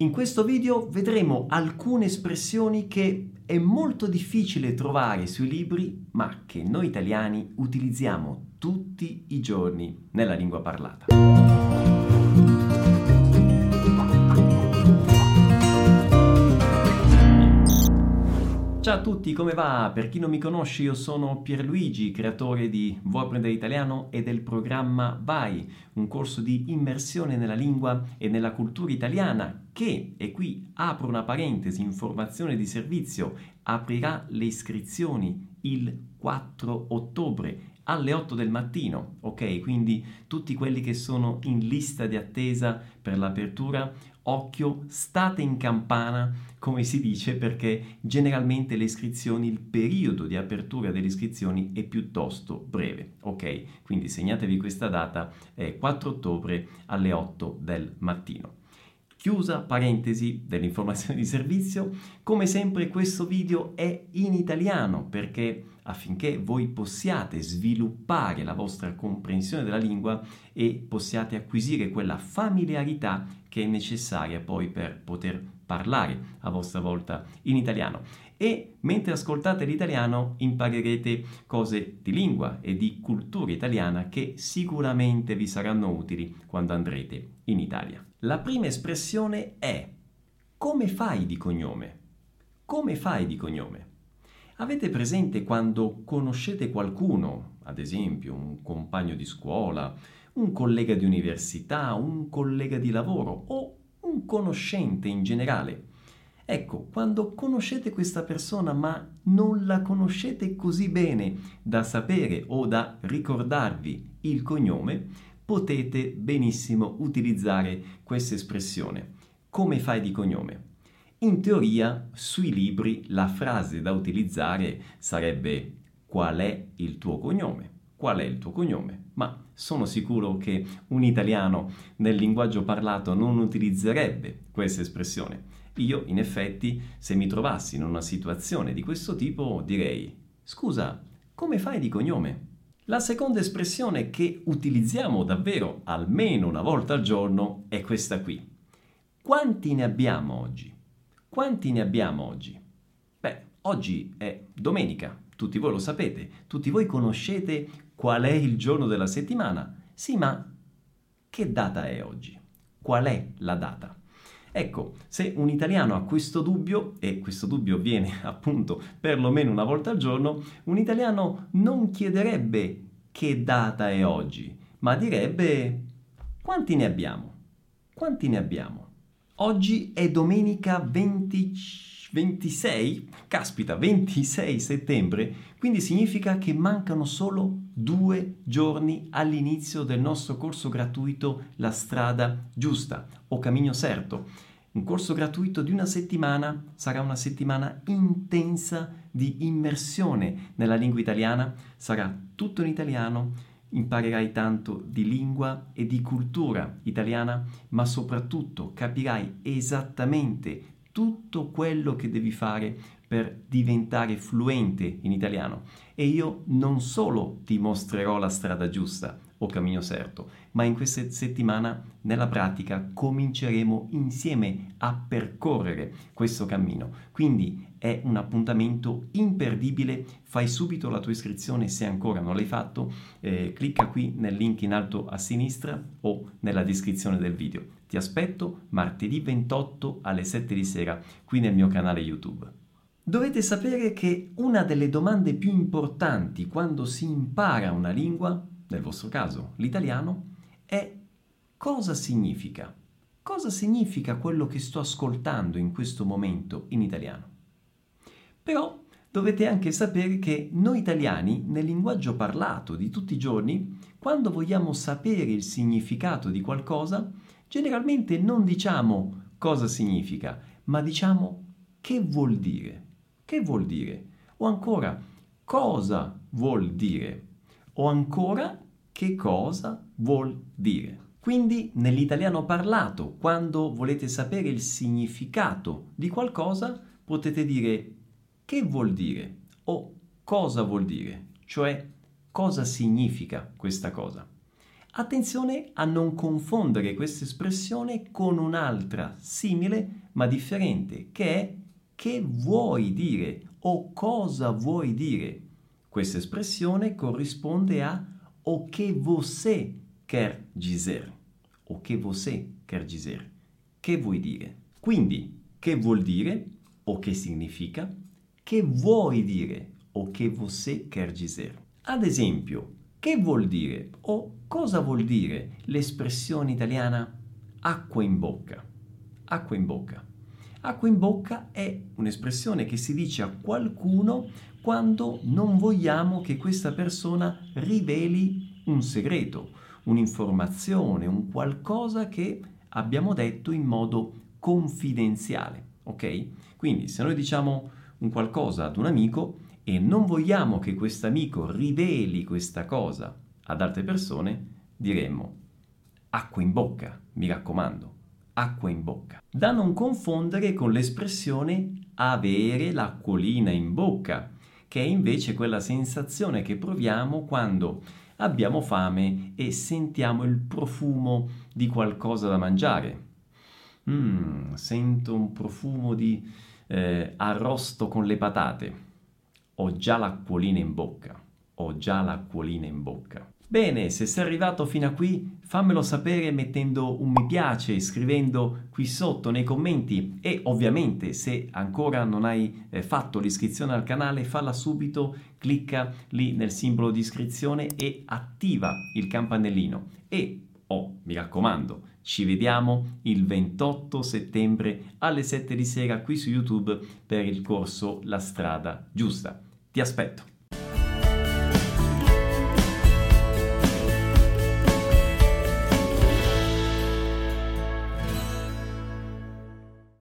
In questo video vedremo alcune espressioni che è molto difficile trovare sui libri, ma che noi italiani utilizziamo tutti i giorni nella lingua parlata. Ciao a tutti, come va? Per chi non mi conosce, io sono Pierluigi, creatore di Vuoi apprendere italiano e del programma Vai, un corso di immersione nella lingua e nella cultura italiana che, e qui apro una parentesi, informazione di servizio, aprirà le iscrizioni il 4 ottobre alle 8 del mattino, ok? Quindi tutti quelli che sono in lista di attesa per l'apertura, occhio, state in campana, come si dice, perché generalmente le iscrizioni, il periodo di apertura delle iscrizioni è piuttosto breve, ok? Quindi segnatevi questa data, 4 ottobre alle 8 del mattino. Chiusa parentesi dell'informazione di servizio, come sempre questo video è in italiano perché affinché voi possiate sviluppare la vostra comprensione della lingua e possiate acquisire quella familiarità che è necessaria poi per poter parlare a vostra volta in italiano. E mentre ascoltate l'italiano imparerete cose di lingua e di cultura italiana che sicuramente vi saranno utili quando andrete in Italia. La prima espressione è: come fai di cognome? Come fai di cognome? Avete presente quando conoscete qualcuno, ad esempio un compagno di scuola, un collega di università, un collega di lavoro o un conoscente in generale? Ecco, quando conoscete questa persona ma non la conoscete così bene da sapere o da ricordarvi il cognome, potete benissimo utilizzare questa espressione. Come fai di cognome? In teoria, sui libri la frase da utilizzare sarebbe: qual è il tuo cognome? Qual è il tuo cognome? Ma sono sicuro che un italiano nel linguaggio parlato non utilizzerebbe questa espressione. Io, in effetti, se mi trovassi in una situazione di questo tipo, direi: scusa, come fai di cognome? La seconda espressione che utilizziamo davvero almeno una volta al giorno è questa qui. Quanti ne abbiamo oggi? Quanti ne abbiamo oggi? Beh, oggi è domenica, tutti voi lo sapete, tutti voi conoscete qual è il giorno della settimana. Sì, ma che data è oggi? Qual è la data? Ecco, se un italiano ha questo dubbio, e questo dubbio viene appunto perlomeno una volta al giorno, un italiano non chiederebbe che data è oggi, ma direbbe: quanti ne abbiamo? Quanti ne abbiamo? Oggi è domenica 26? Caspita, 26 settembre, quindi significa che mancano solo 2 giorni all'inizio del nostro corso gratuito La strada giusta o Cammino Certo. Un corso gratuito di una settimana, sarà una settimana intensa di immersione nella lingua italiana, sarà tutto in italiano. Imparerai tanto di lingua e di cultura italiana, ma soprattutto capirai esattamente tutto quello che devi fare per diventare fluente in italiano. E io non solo ti mostrerò la strada giusta o Cammino Certo, ma in questa settimana nella pratica cominceremo insieme a percorrere questo cammino. Quindi è un appuntamento imperdibile. Fai subito la tua iscrizione se ancora non l'hai fatto, clicca qui nel link in alto a sinistra o nella descrizione del video. Ti aspetto martedì 28 alle 7 di sera qui nel mio canale YouTube. Dovete sapere che una delle domande più importanti quando si impara una lingua, nel vostro caso l'italiano, è: cosa significa? Cosa significa quello che sto ascoltando in questo momento in italiano? Però dovete anche sapere che noi italiani, nel linguaggio parlato di tutti i giorni, quando vogliamo sapere il significato di qualcosa, generalmente non diciamo cosa significa, ma diciamo che vuol dire. Che vuol dire? O ancora, cosa vuol dire? O ancora, che cosa vuol dire? Quindi, nell'italiano parlato, quando volete sapere il significato di qualcosa, potete dire che vuol dire o cosa vuol dire, cioè cosa significa questa cosa. Attenzione a non confondere questa espressione con un'altra simile ma differente, che è che vuoi dire o cosa vuoi dire. Questa espressione corrisponde a o que você quer dizer. O que você quer dizer. Che vuoi dire? Quindi, che vuol dire o che significa? Che vuoi dire o che você quer dizer. Ad esempio, che vuol dire o cosa vuol dire l'espressione italiana acqua in bocca? Acqua in bocca. Acqua in bocca è un'espressione che si dice a qualcuno quando non vogliamo che questa persona riveli un segreto, un'informazione, un qualcosa che abbiamo detto in modo confidenziale, ok? Quindi se noi diciamo un qualcosa ad un amico e non vogliamo che quest'amico riveli questa cosa ad altre persone, diremmo acqua in bocca, mi raccomando, acqua in bocca. Da non confondere con l'espressione avere l'acquolina in bocca, che è invece quella sensazione che proviamo quando abbiamo fame e sentiamo il profumo di qualcosa da mangiare. Sento un profumo di arrosto con le patate. Ho già l'acquolina in bocca. Ho già l'acquolina in bocca. Bene, se sei arrivato fino a qui, fammelo sapere mettendo un mi piace, scrivendo qui sotto nei commenti e ovviamente se ancora non hai fatto l'iscrizione al canale, falla subito, clicca lì nel simbolo di iscrizione e attiva il campanellino. E, mi raccomando, ci vediamo il 28 settembre alle 7 di sera qui su YouTube per il corso La strada giusta. Ti aspetto.